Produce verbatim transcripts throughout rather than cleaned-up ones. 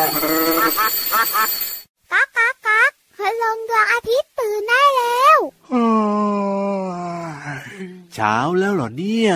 ก๊ากก๊ากก๊ากพลังดวงอาทิตย์ตื่นได้แล้วเช้าแล้วเหรอเนี่ย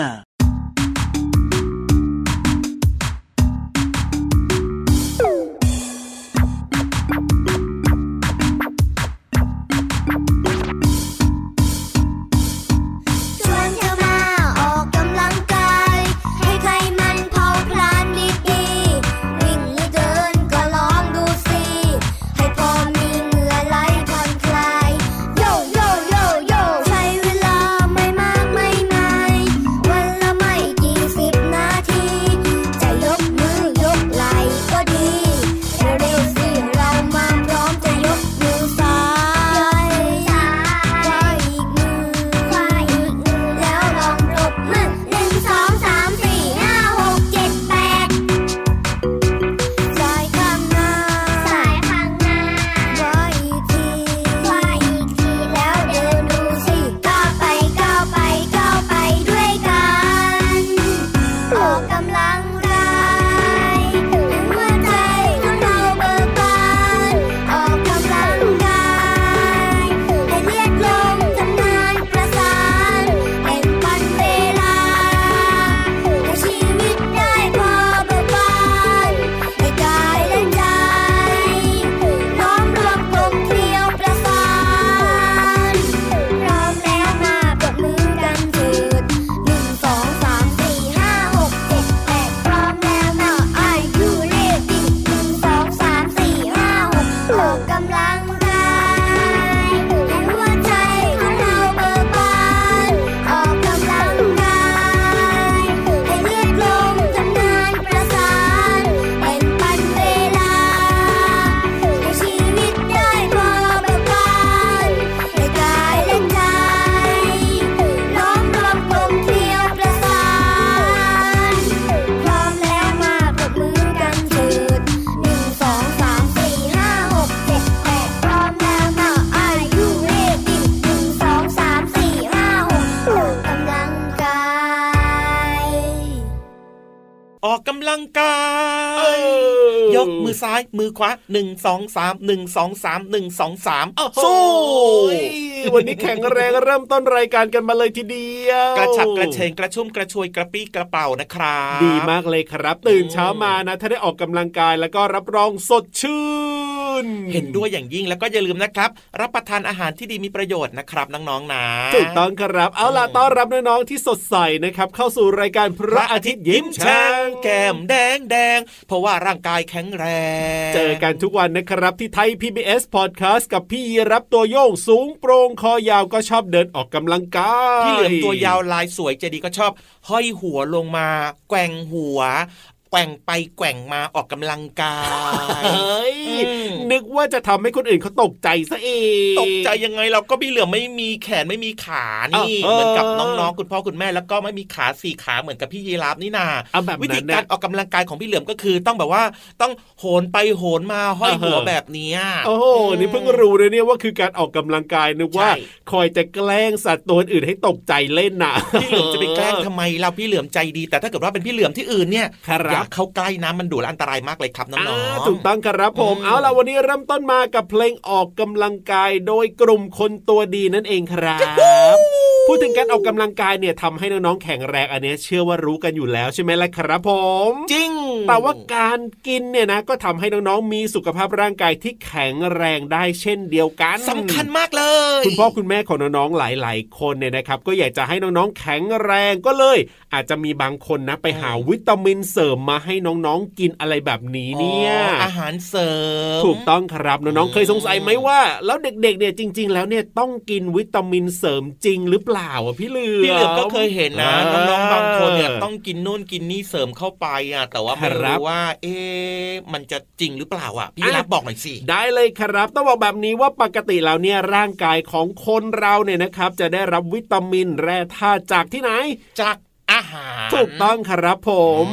ยกมือซ้ายมือขวาหนึ่ง สอง สาม หนึ่ง สอง สาม หนึ่ง สอง สามสู้วันนี้แข็งแรงเริ่มต้นรายการกันมาเลยทีเดียวกระฉับกระเฉงกระชุ่มกระชวยกระปี้กระเป๋านะครับดีมากเลยครับตื่นเช้ามานะถ้าได้ออกกำลังกายแล้วก็รับรองสดชื่นเห็นด้วยอย่างยิ่งแล้วก็อย่าลืมนะครับรับประทานอาหารที่ดีมีประโยชน์นะครับน้องๆนะถูกต้องครับเอาล่ะต้อนรับน้องๆที่สดใสนะครับเข้าสู่รายการพระอาทิตย์ยิ้มแฉ่งแก้มแดงแดงเพราะว่าร่างกายแข็งแรงเจอกันทุกวันนะครับที่ไทย พี บี เอส Podcast กับพี่ยีรับตัวโยงสูงโปร่งคอยาวก็ชอบเดินออกกำลังกายพี่เหลือมตัวยาวลายสวยใจดีก็ชอบห้อยหัวลงมาแกว่งหัวแกว่งไปแกว่งมาออกกำลังกายเฮ้ยนึกว่าจะทำให้คนอื่นเขาตกใจซะเองตกใจยังไงเราก็พี่เหลือมไม่มีแขนไม่มีขานี่เหมือนกับน้องๆคุณพ่อคุณแม่แล้วก็ไม่มีขาสี่ขาเหมือนกับพี่ยีราฟนี่นาวิธีการออกกำลังกายของพี่เหลือมก็คือต้องแบบว่าต้องโหนไปโหนมาห้อยหัวแบบนี้โอ้โหนี่เพิ่งรู้เลยเนี่ยว่าคือการออกกำลังกายนึกว่าคอยจะแกล้งสัตว์ตัวอื่นให้ตกใจเล่นน่ะพี่เหลือมจะไปแกล้งทำไมเราพี่เหลือมใจดีแต่ถ้าเกิดว่าเป็นพี่เหลือมที่อื่นเนี่ยอย่าเข้าใกล้นะมันดุและอันตรายมากเลยครับน้องๆถูกต้องครับผมเอาล่ะวันนี้เริ่มต้นมากับเพลงออกกำลังกายโดยกลุ่มคนตัวดีนั่นเองครับพูดถึงการออกกำลังกายเนี่ยทำให้น้องๆแข็งแรงอันนี้เชื่อว่ารู้กันอยู่แล้วใช่ไหมล่ะครับผมจริงแต่ว่าการกินเนี่ยนะก็ทำให้น้องๆมีสุขภาพร่างกายที่แข็งแรงได้เช่นเดียวกันสำคัญมากเลยคุณพ่อคุณแม่ของน้องๆหลายๆคนเนี่ยนะครับก็อยากจะให้น้องๆแข็งแรงก็เลยอาจจะมีบางคนนะไปหาวิตามินเสริมมาให้น้องๆกินอะไรแบบนี้เนี่ยอาหารเสริมถูกต้องครับน้องๆเคยสงสัยไหมว่าแล้วเด็กๆเนี่ยจริงๆแล้วเนี่ยต้องกินวิตามินเสริมจริงหรือเปล่าอ่ะพี่เหลือมพี่เหลือมก็เคยเห็นนะน้องๆบางคนเนี่ยต้องกินนู่นกินนี่เสริมเข้าไปอ่ะแต่ว่าไม่รู้ว่าเอ๊ะมันจะจริงหรือเปล่าอ่ะพี่รับบอกหน่อยสิได้เลยครับต้องบอกแบบนี้ว่าปกติแล้วเนี่ยร่างกายของคนเราเนี่ยนะครับจะได้รับวิตามินแร่ธาตุจากที่ไหนจากอาหารถูกต้องครับผมท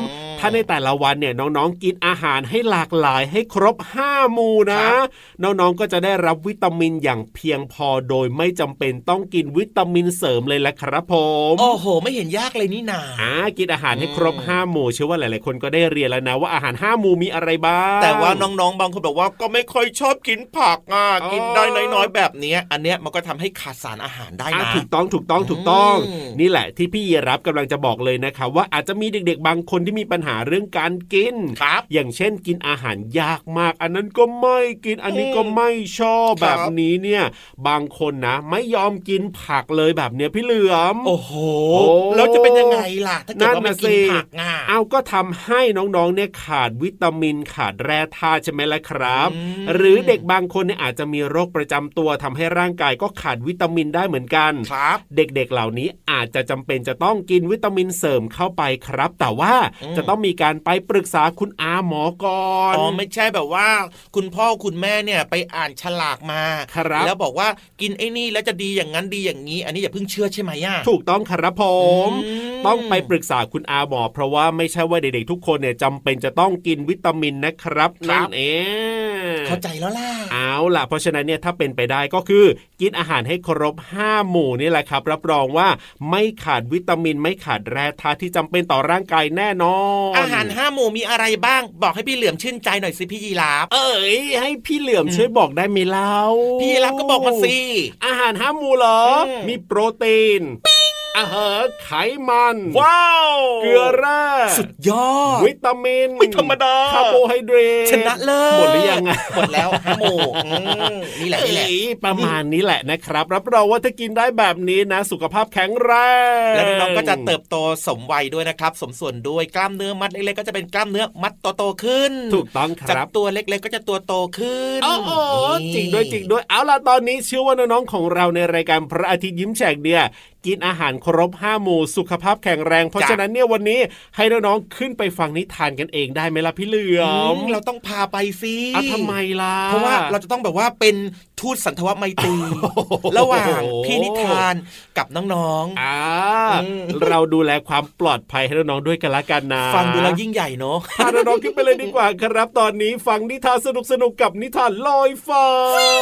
ถ้าในแต่ละวันเนี่ยน้องๆกินอาหารให้หลากหลายให้ครบห้าหมู่นะน้องๆก็จะได้รับวิตามินอย่างเพียงพอโดยไม่จำเป็นต้องกินวิตามินเสริมเลยแหละครับผมโอ้โหไม่เห็นยากเลยนี่นาอ่ากินอาหารให้ครบห้าหมู่เชื่อว่าหลายๆคนก็ได้เรียนแล้วนะว่าอาหารห้าหมู่มีอะไรบ้างแต่ว่าน้องๆบางคนบอกว่าก็ไม่ค่อยชอบกินผักอ่ะกินได้น้อยๆแบบนี้อันเนี้ยมันก็ทำให้ขาดสารอาหารได้นะถูกต้องถูกต้องถูกต้องนี่แหละที่พี่ยีรับกำลังจะบอกเลยนะคะว่าอาจจะมีเด็กๆบางคนที่มีปัญหาเรื่องการกินครับอย่างเช่นกินอาหารยากมากอันนั้นก็ไม่กินอันนี้ก็ไม่ชอบแบบนี้เนี่ยบางคนนะไม่ยอมกินผักเลยแบบเนี้ยพี่เหลือมโอ้โหแล้วจะเป็นยังไงล่ะถ้าเกิดว่าไม่กินผักง่ะเอาก็ทำให้น้องๆเนี่ยขาดวิตามินขาดแร่ธาตุใช่ไหมล่ะครับหรือเด็กบางคนเนี่ยอาจจะมีโรคประจำตัวทำให้ร่างกายก็ขาดวิตามินได้เหมือนกันครับเด็กๆเหล่านี้อาจจะจำเป็นจะต้องกินวิตามินเสริมเข้าไปครับแต่ว่าจะต้องมีการไปปรึกษาคุณอาหมอก่อนอ๋อไม่ใช่แบบว่าคุณพ่อคุณแม่เนี่ยไปอ่านฉลากมาแล้วบอกว่ากินไอ้นี่แล้วจะดีอย่างนั้นดีอย่างนี้อันนี้อย่าเพิ่งเชื่อใช่ไหมย่าถูกต้องครับผมต้องไปปรึกษาคุณอาหมอเพราะว่าไม่ใช่ว่าเด็กๆทุกคนเนี่ยจำเป็นจะต้องกินวิตามินนะครับนั่นเองเข้าใจแล้วล่ะเอาล่ะเพราะฉะนั้นเนี่ยถ้าเป็นไปได้ก็คือกินอาหารให้ครบห้าหมู่นี่แหละครับรับรองว่าไม่ขาดวิตามินไม่ขาดแร่ธาตุที่จำเป็นต่อร่างกายแน่นอนอาหารห้าหมู่มีอะไรบ้างบอกให้พี่เหลือมชื่นใจหน่อยสิพี่ยีราฟเอ้ยให้พี่เหลือมช่วยบอกได้ไหมเล่าพี่ยีราฟก็บอกมาสิอาหารห้าหมู่เหรอมีโปรตีนอาหารไขมันว้าวเกลือแร่สุดยอดวิตามินไม่ธรรมดาคาร์โบไฮเดรตชนะเลยหมดหรือยังหมดแล้วห้าหมู่นี่แหละนี่แหละประมาณนี้แหละนะครับรับรองว่าถ้ากินได้แบบนี้นะสุขภาพแข็งแรงแล้วน้องก็จะเติบโตสมวัยด้วยนะครับสมส่วนด้วยกล้ามเนื้อมัดเล็กๆก็จะเป็นกล้ามเนื้อมัดโตๆขึ้นถูกต้องครับจากตัวเล็กๆก็จะตัวโตขึ้นโอ้โหจริงด้วยจริงด้วยเอาล่ะตอนนี้เชื่อว่าน้องๆของเราในรายการพระอาทิตย์ยิ้มแฉกเนี่ยกินอาหารครบห้าหมู่สุขภาพแข็งแรงเพราะฉะนั้นเนี่ยวันนี้ให้น้องๆขึ้นไปฟังนิทานกันเองได้ไหมล่ะพี่เหลือมเราต้องพาไปสิอ่ะทำไมล่ะเพราะว่าเราจะต้องแบบว่าเป็นทูตสันทวไมตรีระหว่างพี่นิทานกับน้องๆอ่าเราดูแลความปลอดภัยให้น้องๆด้วยกันละกันนะฟังดูแล้วยิ่งใหญ่เนาะพาน้องๆขึ้นไปเลยดีกว่าครับตอนนี้ฟังนิทานสนุกๆกับนิทานลอยฟ้า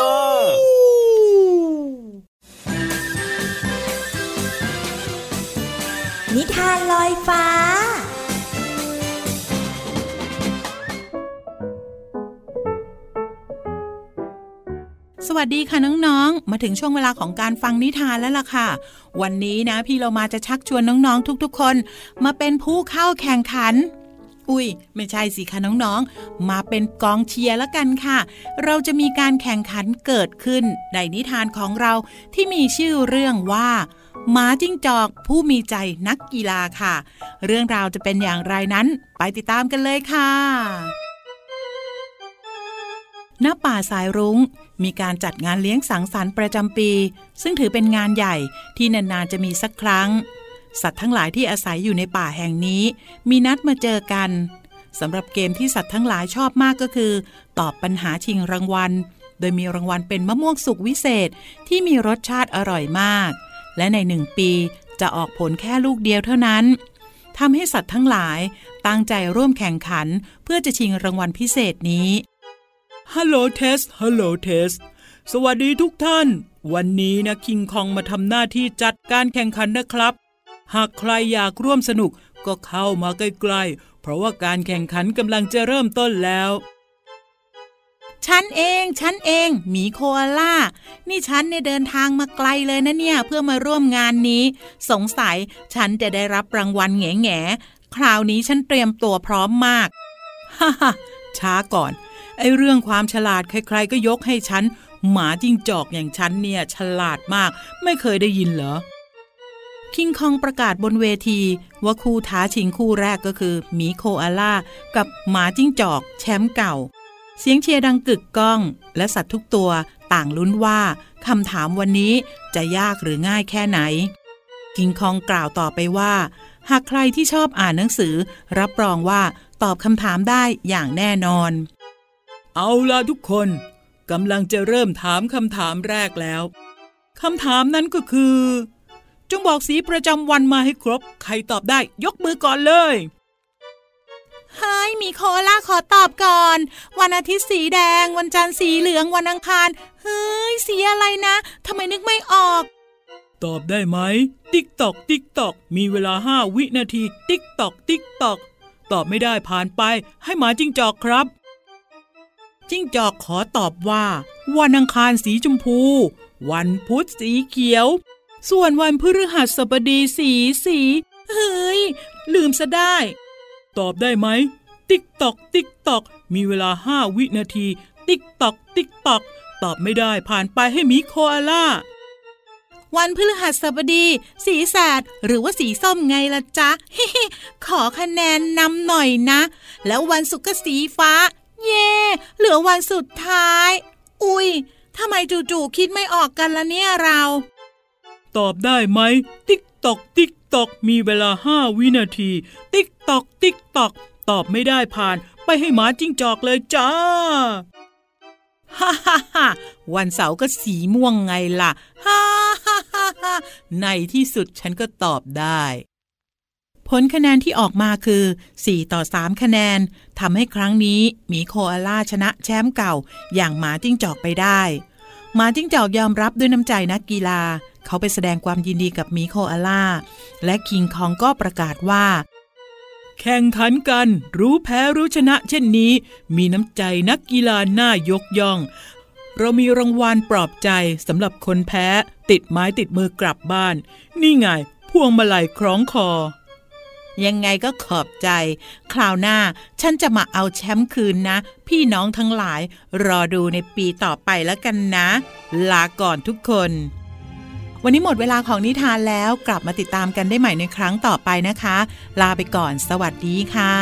นิทานลอยฟ้าสวัสดีค่ะน้องๆมาถึงช่วงเวลาของการฟังนิทานแล้วล่ะค่ะวันนี้นะพี่เรามาจะชักชวนน้องๆทุกๆคนมาเป็นผู้เข้าแข่งขันอุ้ยไม่ใช่สิคะน้องๆมาเป็นกองเชียร์ละกันค่ะเราจะมีการแข่งขันเกิดขึ้นในนิทานของเราที่มีชื่อเรื่องว่าหมาจิ้งจอกผู้มีใจนักกีฬาค่ะเรื่องราวจะเป็นอย่างไรนั้นไปติดตามกันเลยค่ะณ ป่าสายรุ้งมีการจัดงานเลี้ยงสังสรรค์ประจำปีซึ่งถือเป็นงานใหญ่ที่นานๆจะมีสักครั้งสัตว์ทั้งหลายที่อาศัยอยู่ในป่าแห่งนี้มีนัดมาเจอกันสำหรับเกมที่สัตว์ทั้งหลายชอบมากก็คือตอบปัญหาชิงรางวัลโดยมีรางวัลเป็นมะม่วงสุกวิเศษที่มีรสชาติอร่อยมากและในหนึ่งปีจะออกผลแค่ลูกเดียวเท่านั้นทำให้สัตว์ทั้งหลายตั้งใจร่วมแข่งขันเพื่อจะชิงรางวัลพิเศษนี้ฮัลโหลเทสฮัลโหลเทสสวัสดีทุกท่านวันนี้นะคิงคองมาทำหน้าที่จัดการแข่งขันนะครับหากใครอยากร่วมสนุกก็เข้ามาใกล้ๆเพราะว่าการแข่งขันกำลังจะเริ่มต้นแล้วฉันเองฉันเองหมีโคอาล่านี่ฉันเนี่ยเดินทางมาไกลเลยนะเนี่ยเพื่อมาร่วมงานนี้สงสัยฉันจะได้รับรางวัลแง่แง่คราวนี้ฉันเตรียมตัวพร้อมมากฮ่าฮ่าช้าก่อนไอ้เรื่องความฉลาดใครๆก็ยกให้ฉันหมาจิ้งจอกอย่างฉันเนี่ยฉลาดมากไม่เคยได้ยินเหรอคิงคองประกาศบนเวทีว่าคู่ท้าชิงคู่แรกก็คือหมีโคอาล่ากับหมาจิ้งจอกแชมป์เก่าเสียงเชียร์ดังกึกก้องและสัตว์ทุกตัวต่างลุ้นว่าคำถามวันนี้จะยากหรือง่ายแค่ไหนคิงคองกล่าวต่อไปว่าหากใครที่ชอบอ่านหนังสือรับรองว่าตอบคำถามได้อย่างแน่นอนเอาล่ะทุกคนกำลังจะเริ่มถามคำถามแรกแล้วคำถามนั้นก็คือจงบอกสีประจำวันมาให้ครบใครตอบได้ยกมือก่อนเลยเฮ้ยมีโคอาล่าขอตอบก่อนวันอาทิตย์สีแดงวันจันทร์สีเหลืองวันอังคารเฮ้ยสีอะไรนะทำไมนึกไม่ออกตอบได้ไหมติ๊กตอกติ๊กตอกมีเวลาห้าวินาทีติ๊กตอกติ๊กตอกตอบไม่ได้ผ่านไปให้หมาจิ้งจอกครับจิ้งจอกขอตอบว่าวันอังคารสีชมพูวันพุธสีเขียวส่วนวันพฤหัสบดีสีสีเฮ้ยลืมซะได้ตอบได้ไหมติ๊กตอกติ๊กตอกมีเวลาห้าวินาทีติ๊กตอกติ๊กตอกตอบไม่ได้ผ่านไปให้หมีโคอาล่าวันพฤหัสบดีสีแสดหรือว่าสีส้มไงล่ะจ๊ะ ขอคะแนนนำหน่อยนะแล้ววันศุกร์สีฟ้าเย่เหลือวันสุดท้ายอุ๊ยทำไมจู่ๆคิดไม่ออกกันละเนี่ยเราตอบได้ไหมติ๊กตอกติ๊กตอกมีเวลาห้าวินาทีติ๊กตอกติ๊กตอกตอบไม่ได้ผ่านไปให้หมาจิ้งจอกเลยจ้าฮ่าฮ่าฮ่าวันเสาร์ก็สีม่วงไงล่ะฮ่าฮ่าฮ่าฮ่าในที่สุดฉันก็ตอบได้ผลคะแนนที่ออกมาคือสี่ต่อสามคะแนนทำให้ครั้งนี้หมีโคอาล่าชนะแชมป์เก่าอย่างหมาจิ้งจอกไปได้หมาจิ้งจอกยอมรับด้วยน้ำใจนักกีฬาเขาไปแสดงความยินดีกับหมีโคอาล่าและคิงคองก็ประกาศว่าแข่งขันกันรู้แพ้รู้ชนะเช่นนี้มีน้ำใจนักกีฬาน่ายกย่องเรามีรางวัลปลอบใจสำหรับคนแพ้ติดไม้ติดมือกลับบ้านนี่ไงพวงมาลัยคล้องคอยังไงก็ขอบใจคราวหน้าฉันจะมาเอาแชมป์คืนนะพี่น้องทั้งหลายรอดูในปีต่อไปแล้วกันนะลาก่อนทุกคนวันนี้หมดเวลาของนิทานแล้วกลับมาติดตามกันได้ใหม่ในครั้งต่อไปนะคะลาไปก่อนสวัสดีค่ะ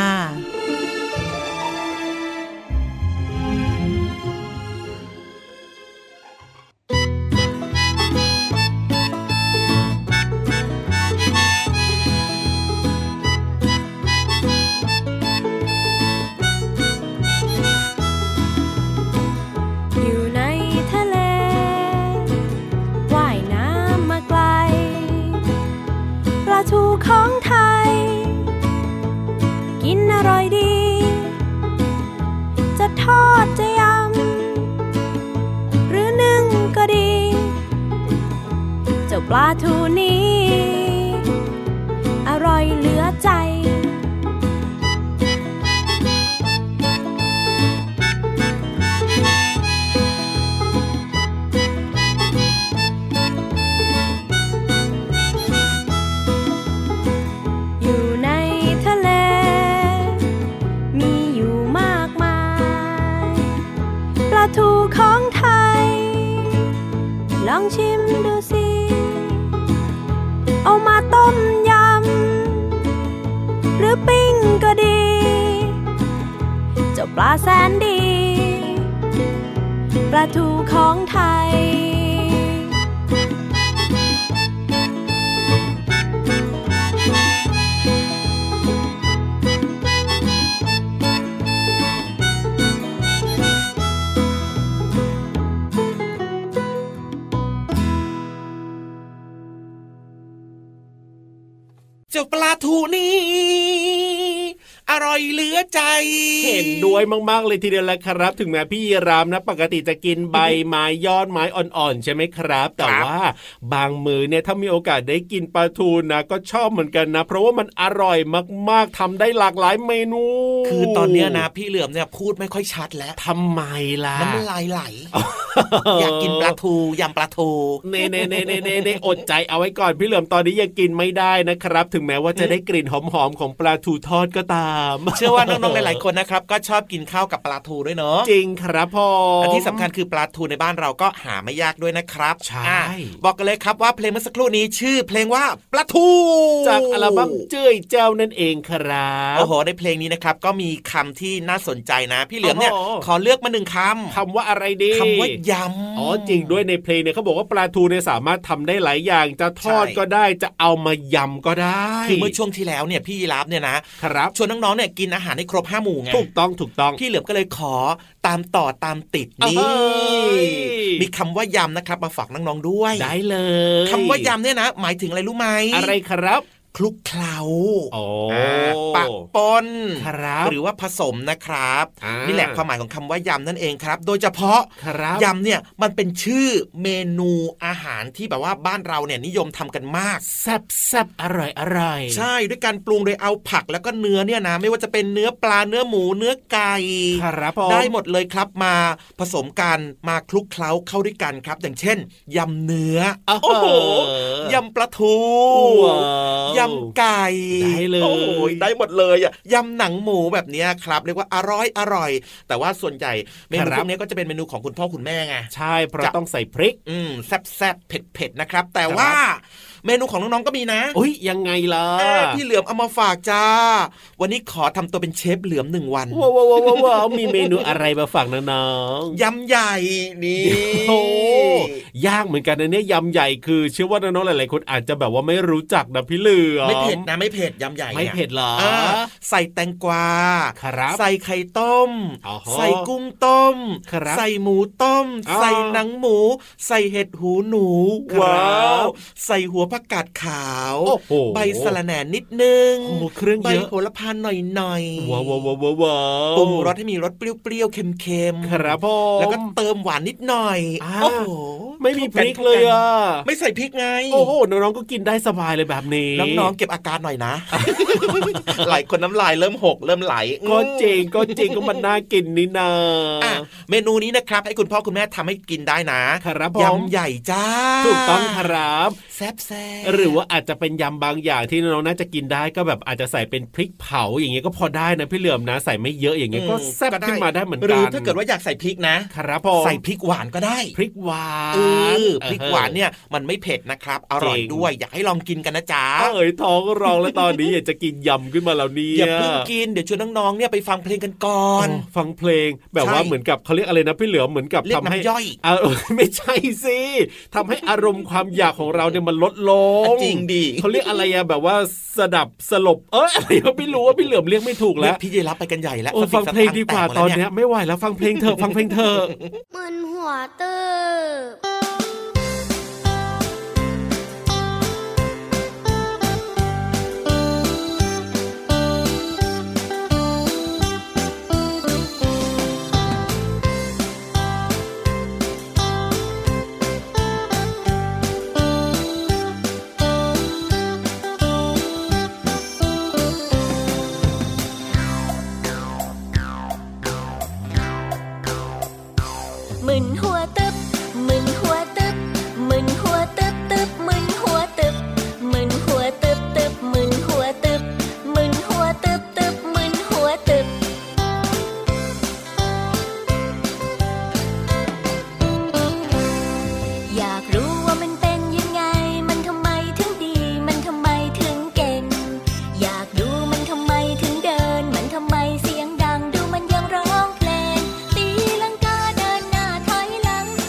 ของไทยกินอร่อยดีจะทอดจะยำหรือนึ่งก็ดีเจ้าปลาทูนี้อร่อยเหลือใจลองชิมดูสิเอามาต้มยำหรือปิ้งก็ดีเจ้าปลาแสนดีปลาทูของไทยเจ้าปลาทูนี่อร่อยเหลือใจเห็นด้วยมากๆเลยทีเดียวแหละครับถึงแม้พี่ยีรามนะปกติจะกินใบไม้ยอดไม้อ่อนๆใช่ไหมครับแต่ว่าบางมื้อเนี่ยถ้ามีโอกาสได้กินปลาทูนะก็ชอบเหมือนกันนะเพราะว่ามันอร่อยมากๆทำได้หลากหลายเมนูคือตอนเนี้ยนะพี่เหลือมเนี่ยพูดไม่ค่อยชัดแล้วทำไมล่ะน้ำลายไหล อยากกินปลาทูยำปลาทูเน่เน่เน่เน่เน่อดใจเอาไว้ก่อนพี่เหลือมตอนนี้ยังกินไม่ได้นะครับถึงแม้ว่าจะได้กลิ่นหอมๆของปลาทูทอดก็ตามเชื่อว่าน้องๆหลายๆคนนะครับก็ชอบกินข้าวกับปลาทูด้วยเนาะจริงครับพ่อและที่สำคัญคือปลาทูในบ้านเราก็หาไม่ยากด้วยนะครับใช่บอกกันเลยครับว่าเพลงเมื่อสักครู่นี้ชื่อเพลงว่าปลาทูจากอัลบั้มเจ้ยเจ้านั่นเองครับโอ้โหในเพลงนี้นะครับก็มีคำที่น่าสนใจนะพี่เหลือมเนี่ยขอเลือกมาหนึ่งคำคำว่าอะไรดีคำว่ายำอ๋อจริงด้วยในเพลงเนี่ยเขาบอกว่าปลาทูเนี่ยสามารถทำได้หลายอย่างจะทอดก็ได้จะเอามายำก็ได้คือเมื่อช่วงที่แล้วเนี่ยพี่ยีราฟเนี่ยนะครับชวนน้องๆเนี่ยกินอาหารให้ครบห้าหมู่ไงถูกต้องถูกต้องพี่เหลือมก็เลยขอตามต่อตามติดนี่มีคำว่ายำนะครับมาฝากน้องๆด้วยได้เลยคำว่ายำเนี่ยนะหมายถึงอะไรรู้ไหมอะไรครับคลุกเคล้าปะปนหรือว่าผสมนะครับนี่แหละความหมายของคำว่ายำนั่นเองครับโดยเฉพาะยำเนี่ยมันเป็นชื่อเมนูอาหารที่แบบว่าบ้านเราเนี่ยนิยมทำกันมากแซ่บแซ่บอร่อยอร่อยใช่ด้วยการปรุงโดยเอาผักแล้วก็เนื้อเนี่ยนะไม่ว่าจะเป็นเนื้อปลาเนื้อหมูเนื้อไก่ได้หมดเลยครับมาผสมกันมาคลุกเคล้าเข้าด้วยกันครับอย่างเช่นยำเนื้อโอ้โหยำปลาทูยำไก่ได้เลยโอ้ยได้หมดเลยอ่ะยำหนังหมูแบบนี้ครับเรียกว่าอร่อยอร่อยแต่ว่าส่วนใหญ่เมนูพวกนี้ก็จะเป็นเมนูของคุณพ่อคุณแม่ไงใช่เพราะต้องใส่พริกอืมแซ่บๆเผ็ดๆนะครับแต่ว่าเมนูของน้องๆก็มีนะอุ้ยยังไงล่ะพี่เหลือมเอามาฝากจ้าวันนี้ขอทำตัวเป็นเชฟเหลือมหนึ่งวันว้าวว้าวว้าวมีเมนูอะไรมาฝากน้องๆยำใหญ่นี่โอ้ยากเหมือนกันนะเนี่ยยำใหญ่คือเชื่อว่าน้องๆหลายๆคนอาจจะแบบว่าไม่รู้จักนะพี่เหลือมไม่เผ็ดนะไม่เผ็ดยำใหญ่ไม่เผ็ดหรอใส่แตงกวาครับใส่ไข่ต้มใส่กุ้งต้มใส่หมูต้มใส่หนังหมูใส่เห็ดหูหนูว้าวใส่หัวผักกาดขาวใบสะระแหน่นิดนึงเครื่องเยอะใบโหระพาหน่อยๆว้าวว้าวว้าวปรุงรสให้มีรสเปรี้ยวๆเค็มๆครับพ่อแล้วก็เติมหวานนิดหน่อยโอ้โหไม่มีพริกเลยอ่ะไม่ใส่พริกไงโอ้โหน้องๆก็กินได้สบายเลยแบบนี้น้องๆเก็บอาการหน่อยนะหลายคนน้ำลายเริ่มหกเริ่มไหลก็จริงก็จริงก็มันน่ากินนี่นาเมนูนี้นะครับให้คุณพ่อคุณแม่ทำให้กินได้นะครับยำใหญ่จ้าถูกต้องครับแซ่บแซ่หรือว่าอาจจะเป็นยำบางอย่างที่น้องๆน่าจะกินได้ก็แบบอาจจะใส่เป็นพริกเผาอย่างเงี้ยก็พอได้นะพี่เหลือมนะใส่ไม่เยอะอย่างเงี้ยก็แซ่บขึ้นมาได้เหมือนกันหรือถ้าเกิดว่าอยากใส่พริกนะครับใส่พริกหวานก็ได้พริกหวานเออพริกหวานเนี่ยมันไม่เผ็ดนะครับอร่อยด้วยอยากให้ลองกินกันนะจ๊ะเอ้ยท้องร้องแล้วตอนนี้อยากจะกินยำขึ้นมาแล้วเนี่ยอย่าเพิ่งกินเดี๋ยวชวนน้องๆเนี่ยไปฟังเพลงกันก่อนฟังเพลงแบบว่าเหมือนกับเขาเรียกอะไรนะพี่เหลือมเหมือนกับทำให้ย่อยไม่ใช่สิทำให้อารมณ์ความอยากของเราเนี่ยมันลดลงจริงดิเขาเรียกอะไรอะแบบว่าสดับสลบเอออะไรก็ไม่รู้ว่าพี่เหลือมเรียกไม่ถูกแล้วพี่ยีรับไปกันใหญ่แล้วฟังเพลงดีกว่าตอนนี้ไม่ไหวแล้วฟังเพลงเถอะฟังเพลงเถอะมึนหัวเตอมึนหัวตึบมึนหัวตึบมึนหัวตึบตึบมึนหัวตึบมึนหัวตึบตึบมึนหัวตึบมึนหัวตึบตึบมึนหัวตึบอยากรู้ว่ามันเป็นยังไงมันทำไมถึงดีมันทำไมถึงเก่งอยากดูมันทำไมถึงเดินมันทำไมเสียงดังดูมันยังร้องเพลงตีลังกาเดินหน้าถอยหลัง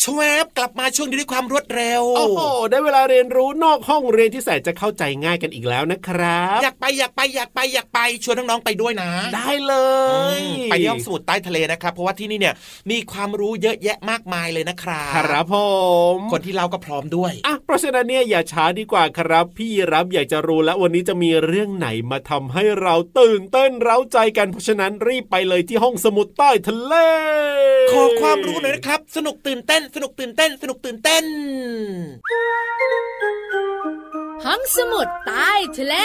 ชวบกลับมาช่วงนี้ด้วยความรวดเร็วโอ้โหได้เวลาเรียนรู้นอกห้องเรียนที่แสนจะเข้าใจง่ายกันอีกแล้วนะครับอยากไปอยากไปอยากไปอยากไปชวนน้องๆไปด้วยนะได้เลยไปที่ห้องสมุดใต้ทะเลนะครับเพราะว่าที่นี่เนี่ยมีความรู้เยอะแยะมากมายเลยนะครับครับผมคนที่เล่าก็พร้อมด้วยอ่ะเพราะฉะนั้นเนี่ยอย่าช้าดีกว่าครับพี่รับอยากจะรู้แล้ววันนี้จะมีเรื่องไหนมาทำให้เราตื่นเต้นเร้าใจกันเพราะฉะนั้นรีบไปเลยที่ห้องสมุดใต้ทะเลขอความรู้หน่อยนะครับสนุกตื่นเต้นสนุกตื่นเต้นสนุกตื่นเต้นห้องสมุดใต้ทะเล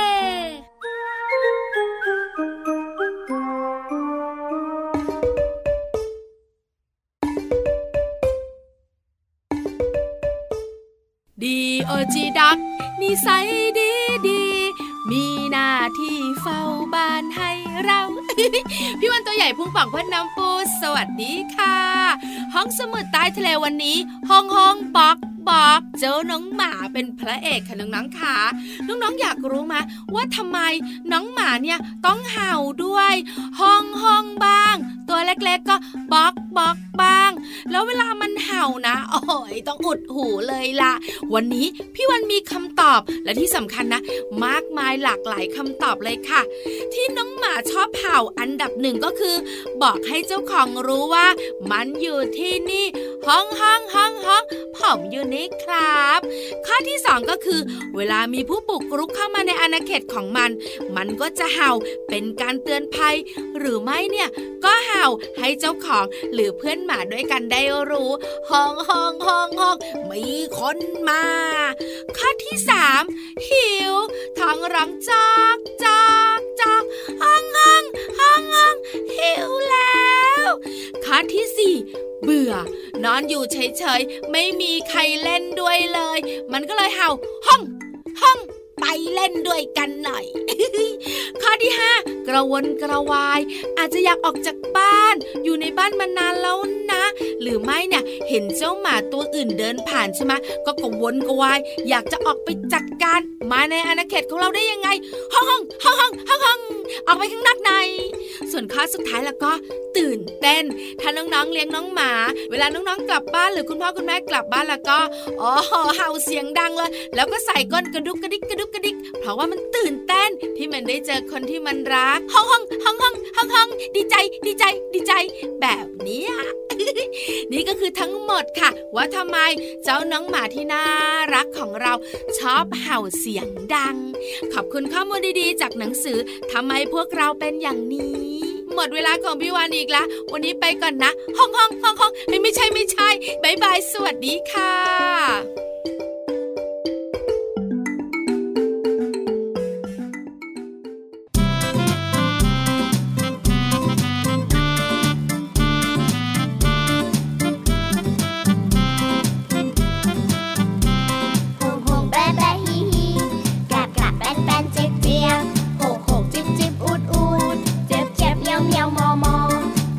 ดีโอจีดักนิสัยดีดีมีหน้าที่เฝ้าบ้านให้เรา พี่วันตัวใหญ่พุ่งป่องพ่นน้ำปูสวัสดีค่ะห้องสมุดใต้ทะเลวันนี้ห้องห้องป๊อกบอกเจ้าน้องหมาเป็นพระเอกค่ะน้องๆค่ะน้องๆอยากรู้ไหมว่าทำไมน้องหมาเนี่ยต้องเห่าด้วยห้องห้องบ้างตัวเล็กๆก็บอกบอกบ้างแล้วเวลามันเห่านะโอ้ยต้องอุดหูเลยล่ะวันนี้พี่วันมีคำตอบและที่สำคัญนะมากมายหลากหลายคำตอบเลยค่ะที่น้องหมาชอบเห่าอันดับหนึ่งก็คือบอกให้เจ้าของรู้ว่ามันอยู่ที่นี่ห้องห้องห้องห้องผมอยู่นี่ครับข้อที่สองก็คือเวลามีผู้บุกรุกเข้ามาในอาณาเขตของมันมันก็จะเห่าเป็นการเตือนภัยหรือไม่เนี่ยก็เห่าให้เจ้าของหรือเพื่อนหมาด้วยกันได้รู้ห้องห้องห้องห้องมีคนมาข้อที่สามหิวท้องร้องจอกจอกจอกห้องห้องห้องห้องหิวแล้วข้อที่สี่เบื่อนอนอยู่เฉยๆไม่มีใครเล่นด้วยเลยมันก็เลยเห่าห้องห้องไปเล่นด้วยกันหน่อย ข้อที่ห้ากระวนกระวายอาจจะอยากออกจากบ้านอยู่ในบ้านมานานแล้วนะหรือไม่เนี่ยเห็นเจ้าหมาตัวอื่นเดินผ่านใช่ไหมก็กระวนกระวายอยากจะออกไปจัดการมาในอาณาเขตของเราได้ยังไงห้องห้องห้องห้องห้องห้องออกไปข้างนอกในส่วนข้อสุดท้ายแล้วก็ตื่นเต้นถ้าน้องๆเลี้ยงน้องหมาเวลาน้องๆกลับบ้านหรือคุณพ่อคุณแม่กลับบ้านแล้วก็อ๋อเห่าเสียงดังเลยแล้วก็ใส่ก้นกระดุกกระดิกกระดุกกระดิกเพราะว่ามันตื่นเต้นที่มันได้เจอคนที่มันรักห้องห้องห้องห้องห้องห้องดีใจดีใจดีใจแบบนี้ นี่ก็คือทั้งหมดค่ะว่าทำไมเจ้าน้องหมาที่น่ารักของเราชอบเห่าเสียงดังขอบคุณข้อมูลดีๆจากหนังสือทำไมพวกเราเป็นอย่างนี้หมดเวลาของพี่วานอีกแล้ววันนี้ไปก่อนนะห้องห้องห้องห้องไม่ใช่ไม่ใช่บายบายสวัสดีค่ะ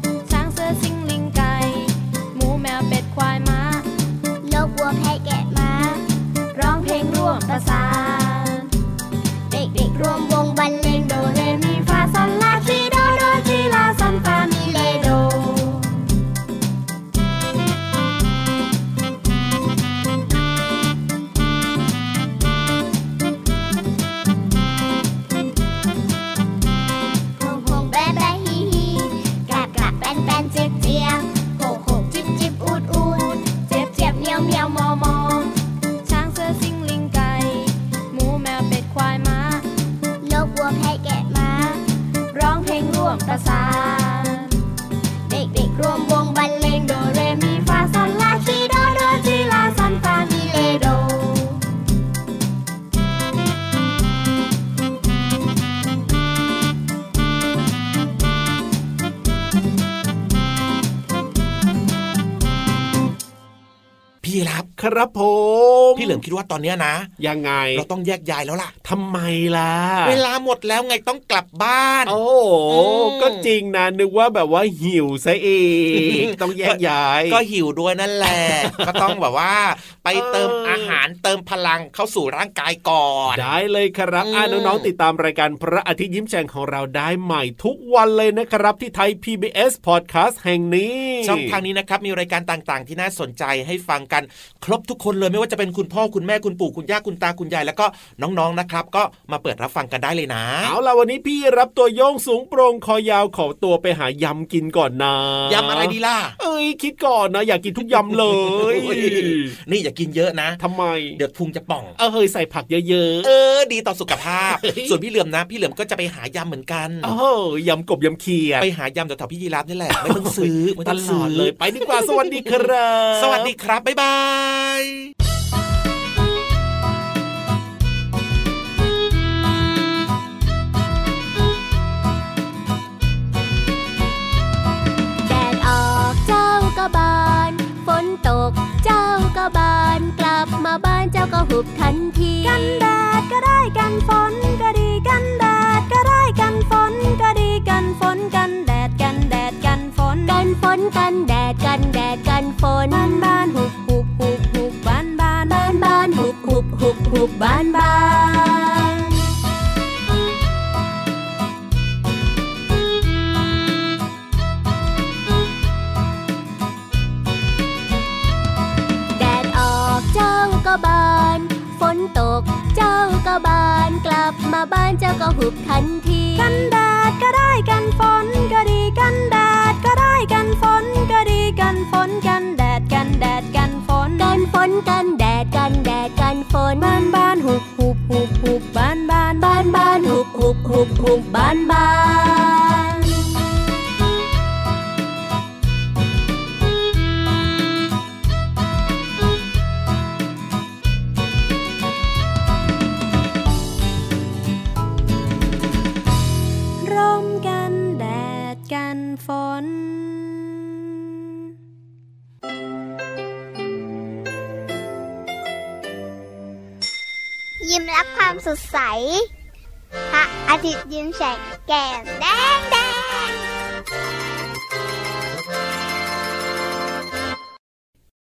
วัวแพะแกะม้าพี่รับครับผมพี่เหลิมคิดว่าตอนเนี้ยนะยังไงเราต้องแยกย้ายแล้วล่ะทำไมล่ะเวลาหมดแล้วไงต้องกลับบ้านโอ้ก็จริงนะนึกว่าแบบว่าหิวซะเองต้องแยกย้ายก็หิวด้วยนั่นแหละก็ต้องแบบว่าไปเติมอาหารเติมพลังเข้าสู่ร่างกายก่อนได้เลยครับอ่าน้องๆติดตามรายการพระอาทิตย์ยิ้มแฉ่งของเราได้ใหม่ทุกวันเลยนะครับที่ไทย พี บี เอส Podcast แห่งนี้ช่องทางนี้นะครับมีรายการต่างๆที่น่าสนใจให้ฟังกันครบทุกคนเลยไม่ว่าจะเป็นคุณพ่อคุณแม่คุณปู่คุณย่าคุณตาคุณยายแล้วก็น้องๆนะครับก็มาเปิดรับฟังกันได้เลยนะเอาล่ะวันนี้พี่รับตัวโยงสูงโปร่งคอยาวขอตัวไปหายำกินก่อนนะยำอะไรดีล่ะเอ้ยคิดก่อนนะอยากกินทุกยำเลยนี่อย่ากินเยอะนะทำไมเดี๋ยวพุงจะป่องเออเฮ้ยใส่ผักเยอะๆเออดีต่อสุขภาพส่วนพี่เหลือมนะพี่เหลือมก็จะไปหายำเหมือนกันโอ้ยำกบยำเขียดไปหายำแถวๆพี่ยีราฟนี่แหละไม่ต้องซื้อไม่ต้องซื้อเลยไปดีกว่าสวัสดีครับสวัสดีครับบ๊ายบายแดดออกเจ้าก็บานฝนตกเจ้าก็บานกลับมาบ้านเจ้าก็หุบทันทีกันแดดก็ได้กันฝนก็ดีกันแดดก็ได้กันฝนก็ดีกันฝนกันแดดกันแดดกันฝนกันฝนกันแดดกันแดดกันฝนบ้านบ้านหุบหุบหุบหุบบ้านบ้านบ้านบ้านหุบหุบหุบหุบบ้านบ้านแดดออกเจ้าก็บานฝนตกเจ้าก็บานกลับมาบ้านเจ้าก็หุบทันทีกันแดดก็ได้กันฝนก็ดีกันแดดก็ได้กันฝนก็ดีกันฝนกันแดดกันแดดกันฝนกันฝนกันแดดกันแดดกันฝนบ้านบ้านหุบหุบหุบหุบบ้านบ้านบ้านบ้านหุบหุบหุบหุบบ้านบ้านร่มกันแดดกันฝนยิ้มรับความสดใสพระอาทิตย์ยิ้มแฉกแก้มแดงแดง